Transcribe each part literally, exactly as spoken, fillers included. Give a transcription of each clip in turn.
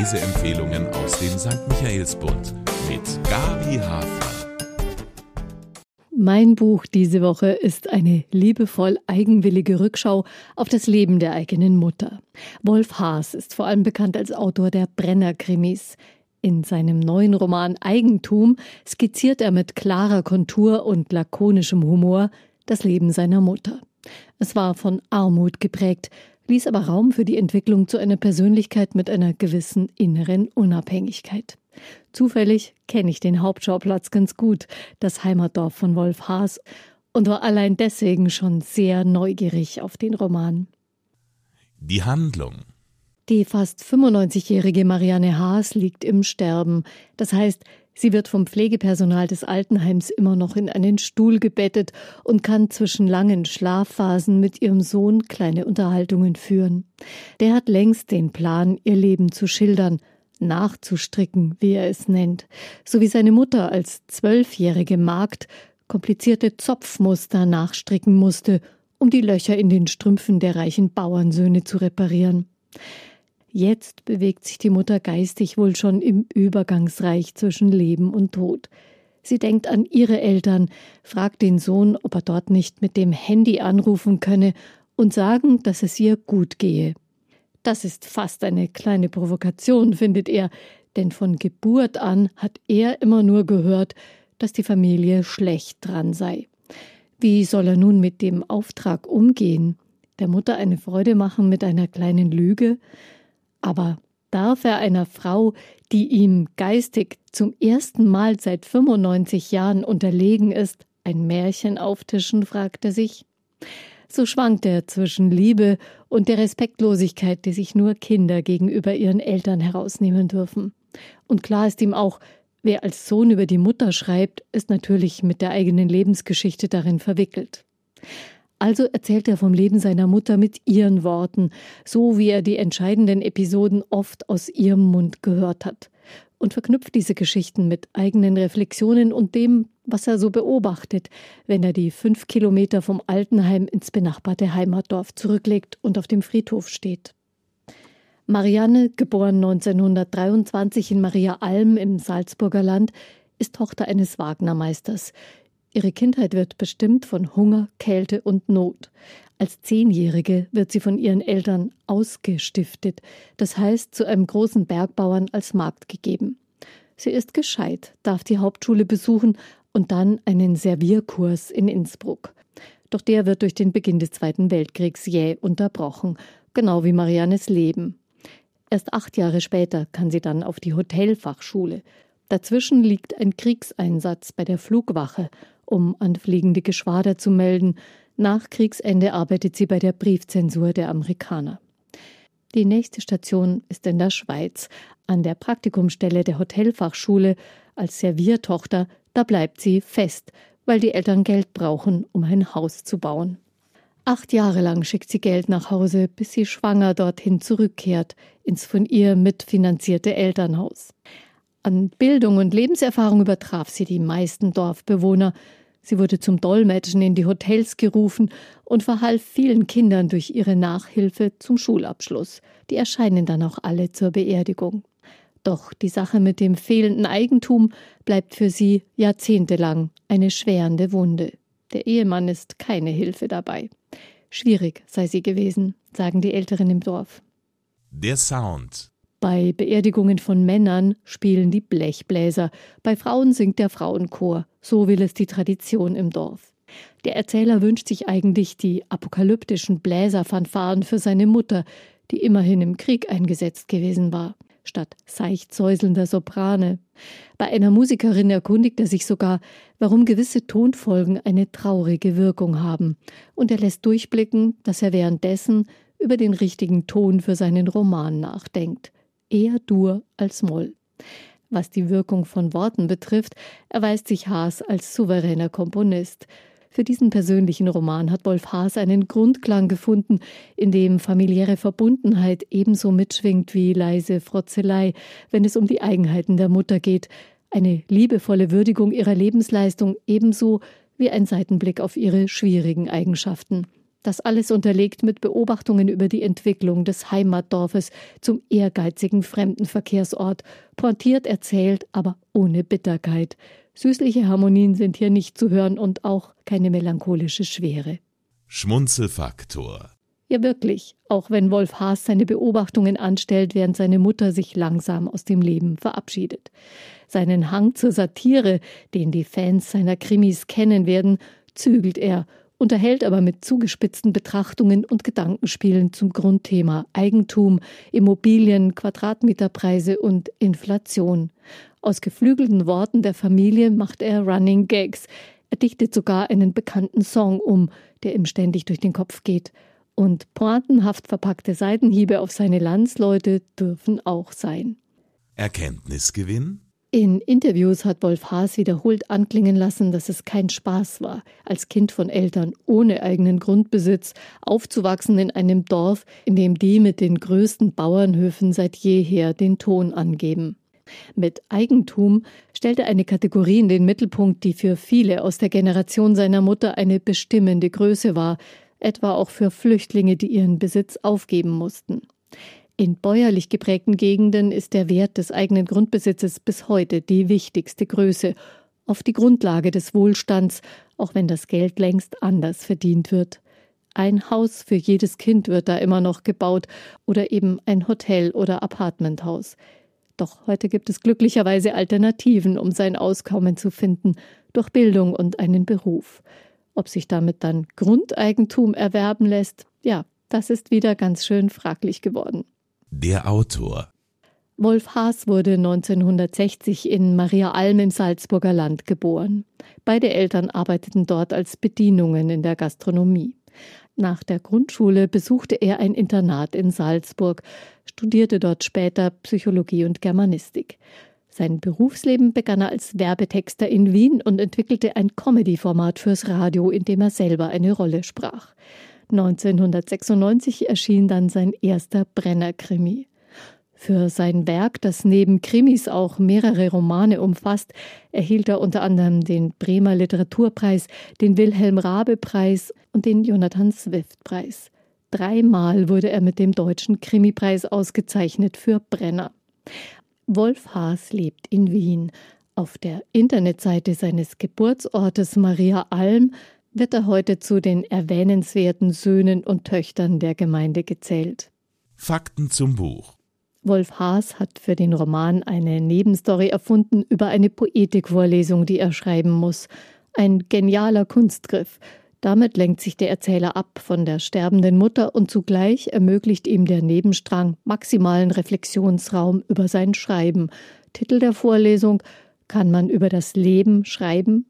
Leseempfehlungen aus dem Sankt Michaelsbund mit Gabi Hafner. Mein Buch diese Woche ist eine liebevoll eigenwillige Rückschau auf das Leben der eigenen Mutter. Wolf Haas ist vor allem bekannt als Autor der Brenner-Krimis. In seinem neuen Roman Eigentum skizziert er mit klarer Kontur und lakonischem Humor das Leben seiner Mutter. Es war von Armut geprägt, ließ aber Raum für die Entwicklung zu einer Persönlichkeit mit einer gewissen inneren Unabhängigkeit. Zufällig kenne ich den Hauptschauplatz ganz gut, das Heimatdorf von Wolf Haas, und war allein deswegen schon sehr neugierig auf den Roman. Die Handlung. Die fast fünfundneunzigjährige Marianne Haas liegt im Sterben. Das heißt, sie wird vom Pflegepersonal des Altenheims immer noch in einen Stuhl gebettet und kann zwischen langen Schlafphasen mit ihrem Sohn kleine Unterhaltungen führen. Der hat längst den Plan, ihr Leben zu schildern, nachzustricken, wie er es nennt, so wie seine Mutter als zwölfjährige Magd komplizierte Zopfmuster nachstricken musste, um die Löcher in den Strümpfen der reichen Bauernsöhne zu reparieren. Jetzt bewegt sich die Mutter geistig wohl schon im Übergangsreich zwischen Leben und Tod. Sie denkt an ihre Eltern, fragt den Sohn, ob er dort nicht mit dem Handy anrufen könne und sagen, dass es ihr gut gehe. Das ist fast eine kleine Provokation, findet er, denn von Geburt an hat er immer nur gehört, dass die Familie schlecht dran sei. Wie soll er nun mit dem Auftrag umgehen? Der Mutter eine Freude machen mit einer kleinen Lüge? Aber darf er einer Frau, die ihm geistig zum ersten Mal seit fünfundneunzig Jahren unterlegen ist, ein Märchen auftischen, fragt er sich. So schwankt er zwischen Liebe und der Respektlosigkeit, die sich nur Kinder gegenüber ihren Eltern herausnehmen dürfen. Und klar ist ihm auch, wer als Sohn über die Mutter schreibt, ist natürlich mit der eigenen Lebensgeschichte darin verwickelt. Also erzählt er vom Leben seiner Mutter mit ihren Worten, so wie er die entscheidenden Episoden oft aus ihrem Mund gehört hat, und verknüpft diese Geschichten mit eigenen Reflexionen und dem, was er so beobachtet, wenn er die fünf Kilometer vom Altenheim ins benachbarte Heimatdorf zurücklegt und auf dem Friedhof steht. Marianne, geboren neunzehnhundertdreiundzwanzig in Maria Alm im Salzburger Land, ist Tochter eines Wagnermeisters. Ihre Kindheit wird bestimmt von Hunger, Kälte und Not. Als Zehnjährige wird sie von ihren Eltern ausgestiftet, das heißt zu einem großen Bergbauern als Magd gegeben. Sie ist gescheit, darf die Hauptschule besuchen und dann einen Servierkurs in Innsbruck. Doch der wird durch den Beginn des Zweiten Weltkriegs jäh unterbrochen, genau wie Mariannes Leben. Erst acht Jahre später kann sie dann auf die Hotelfachschule. Dazwischen liegt ein Kriegseinsatz bei der Flugwache, um an fliegende Geschwader zu melden. Nach Kriegsende arbeitet sie bei der Briefzensur der Amerikaner. Die nächste Station ist in der Schweiz, an der Praktikumsstelle der Hotelfachschule als Serviertochter. Da bleibt sie fest, weil die Eltern Geld brauchen, um ein Haus zu bauen. Acht Jahre lang schickt sie Geld nach Hause, bis sie schwanger dorthin zurückkehrt, ins von ihr mitfinanzierte Elternhaus. An Bildung und Lebenserfahrung übertraf sie die meisten Dorfbewohner. Sie wurde zum Dolmetschen in die Hotels gerufen und verhalf vielen Kindern durch ihre Nachhilfe zum Schulabschluss. Die erscheinen dann auch alle zur Beerdigung. Doch die Sache mit dem fehlenden Eigentum bleibt für sie jahrzehntelang eine schwerende Wunde. Der Ehemann ist keine Hilfe dabei. Schwierig sei sie gewesen, sagen die Älteren im Dorf. Der Sound. Bei Beerdigungen von Männern spielen die Blechbläser, bei Frauen singt der Frauenchor, so will es die Tradition im Dorf. Der Erzähler wünscht sich eigentlich die apokalyptischen Bläserfanfaren für seine Mutter, die immerhin im Krieg eingesetzt gewesen war, statt seicht säuselnder Soprane. Bei einer Musikerin erkundigt er sich sogar, warum gewisse Tonfolgen eine traurige Wirkung haben, und er lässt durchblicken, dass er währenddessen über den richtigen Ton für seinen Roman nachdenkt. Eher Dur als Moll. Was die Wirkung von Worten betrifft, erweist sich Haas als souveräner Komponist. Für diesen persönlichen Roman hat Wolf Haas einen Grundklang gefunden, in dem familiäre Verbundenheit ebenso mitschwingt wie leise Frotzelei, wenn es um die Eigenheiten der Mutter geht, eine liebevolle Würdigung ihrer Lebensleistung ebenso wie ein Seitenblick auf ihre schwierigen Eigenschaften. Das alles unterlegt mit Beobachtungen über die Entwicklung des Heimatdorfes zum ehrgeizigen Fremdenverkehrsort. Pointiert erzählt, aber ohne Bitterkeit. Süßliche Harmonien sind hier nicht zu hören und auch keine melancholische Schwere. Schmunzelfaktor. Ja, wirklich. Auch wenn Wolf Haas seine Beobachtungen anstellt, während seine Mutter sich langsam aus dem Leben verabschiedet. Seinen Hang zur Satire, den die Fans seiner Krimis kennen werden, zügelt er, unterhält aber mit zugespitzten Betrachtungen und Gedankenspielen zum Grundthema Eigentum, Immobilien, Quadratmeterpreise und Inflation. Aus geflügelten Worten der Familie macht er Running Gags. Er dichtet sogar einen bekannten Song um, der ihm ständig durch den Kopf geht. Und pointenhaft verpackte Seitenhiebe auf seine Landsleute dürfen auch sein. Erkenntnisgewinn? In Interviews hat Wolf Haas wiederholt anklingen lassen, dass es kein Spaß war, als Kind von Eltern ohne eigenen Grundbesitz aufzuwachsen in einem Dorf, in dem die mit den größten Bauernhöfen seit jeher den Ton angeben. Mit Eigentum stellt er eine Kategorie in den Mittelpunkt, die für viele aus der Generation seiner Mutter eine bestimmende Größe war, etwa auch für Flüchtlinge, die ihren Besitz aufgeben mussten. In bäuerlich geprägten Gegenden ist der Wert des eigenen Grundbesitzes bis heute die wichtigste Größe, oft die Grundlage des Wohlstands, auch wenn das Geld längst anders verdient wird. Ein Haus für jedes Kind wird da immer noch gebaut oder eben ein Hotel- oder Apartmenthaus. Doch heute gibt es glücklicherweise Alternativen, um sein Auskommen zu finden, durch Bildung und einen Beruf. Ob sich damit dann Grundeigentum erwerben lässt, ja, das ist wieder ganz schön fraglich geworden. Der Autor. Wolf Haas wurde neunzehnhundertsechzig in Mariaalm im Salzburger Land geboren. Beide Eltern arbeiteten dort als Bedienungen in der Gastronomie. Nach der Grundschule besuchte er ein Internat in Salzburg, studierte dort später Psychologie und Germanistik. Sein Berufsleben begann er als Werbetexter in Wien und entwickelte ein Comedy-Format fürs Radio, in dem er selber eine Rolle sprach. neunzehnhundertsechsundneunzig erschien dann sein erster Brenner-Krimi. Für sein Werk, das neben Krimis auch mehrere Romane umfasst, erhielt er unter anderem den Bremer Literaturpreis, den Wilhelm-Raabe-Preis und den Jonathan Swift-Preis. Dreimal wurde er mit dem Deutschen Krimipreis ausgezeichnet für Brenner. Wolf Haas lebt in Wien. Auf der Internetseite seines Geburtsortes Mariaalm wird er heute zu den erwähnenswerten Söhnen und Töchtern der Gemeinde gezählt. Fakten zum Buch. Wolf Haas hat für den Roman eine Nebenstory erfunden über eine Poetikvorlesung, die er schreiben muss. Ein genialer Kunstgriff. Damit lenkt sich der Erzähler ab von der sterbenden Mutter und zugleich ermöglicht ihm der Nebenstrang maximalen Reflexionsraum über sein Schreiben. Titel der Vorlesung: Kann man über das Leben schreiben?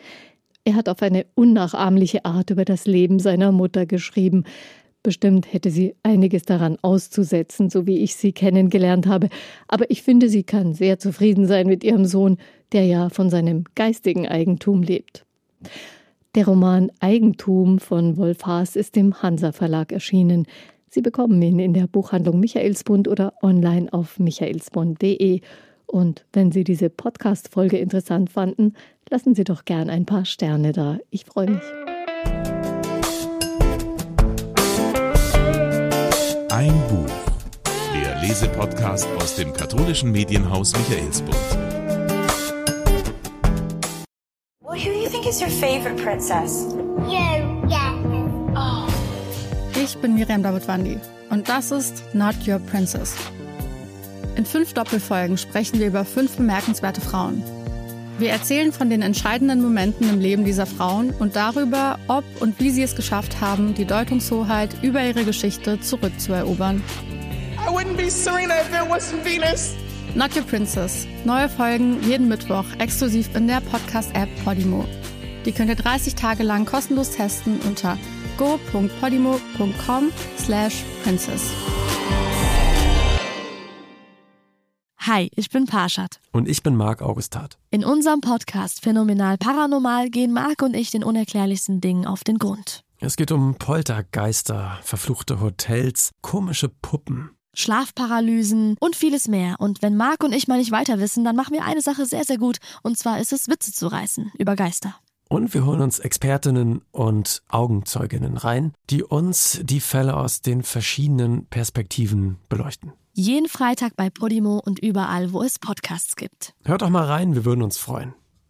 Er hat auf eine unnachahmliche Art über das Leben seiner Mutter geschrieben. Bestimmt hätte sie einiges daran auszusetzen, so wie ich sie kennengelernt habe. Aber ich finde, sie kann sehr zufrieden sein mit ihrem Sohn, der ja von seinem geistigen Eigentum lebt. Der Roman Eigentum von Wolf Haas ist im Hansa Verlag erschienen. Sie bekommen ihn in der Buchhandlung Michaelsbund oder online auf michaelsbund punkt de. Und wenn Sie diese Podcast-Folge interessant fanden, lassen Sie doch gern ein paar Sterne da. Ich freue mich. Ein Buch. Der Lesepodcast aus dem katholischen Medienhaus Michaelsbund. Well, who do you think is your favorite princess? You, yeah. Oh. Ich bin Miriam Davidwandi und das ist Not Your Princess. In fünf Doppelfolgen sprechen wir über fünf bemerkenswerte Frauen. Wir erzählen von den entscheidenden Momenten im Leben dieser Frauen und darüber, ob und wie sie es geschafft haben, die Deutungshoheit über ihre Geschichte zurückzuerobern. I wouldn't be Serena if there wasn't Venus. Not Your Princess. Neue Folgen jeden Mittwoch exklusiv in der Podcast-App Podimo. Die könnt ihr dreißig Tage lang kostenlos testen unter go punkt podimo punkt com slash princess. Hi, ich bin Parshad. Und ich bin Marc Augustat. In unserem Podcast Phänomenal Paranormal gehen Marc und ich den unerklärlichsten Dingen auf den Grund. Es geht um Poltergeister, verfluchte Hotels, komische Puppen, Schlafparalysen und vieles mehr. Und wenn Marc und ich mal nicht weiter wissen, dann machen wir eine Sache sehr, sehr gut. Und zwar ist es, Witze zu reißen über Geister. Und wir holen uns Expertinnen und Augenzeuginnen rein, die uns die Fälle aus den verschiedenen Perspektiven beleuchten. Jeden Freitag bei Podimo und überall, wo es Podcasts gibt. Hört doch mal rein, wir würden uns freuen.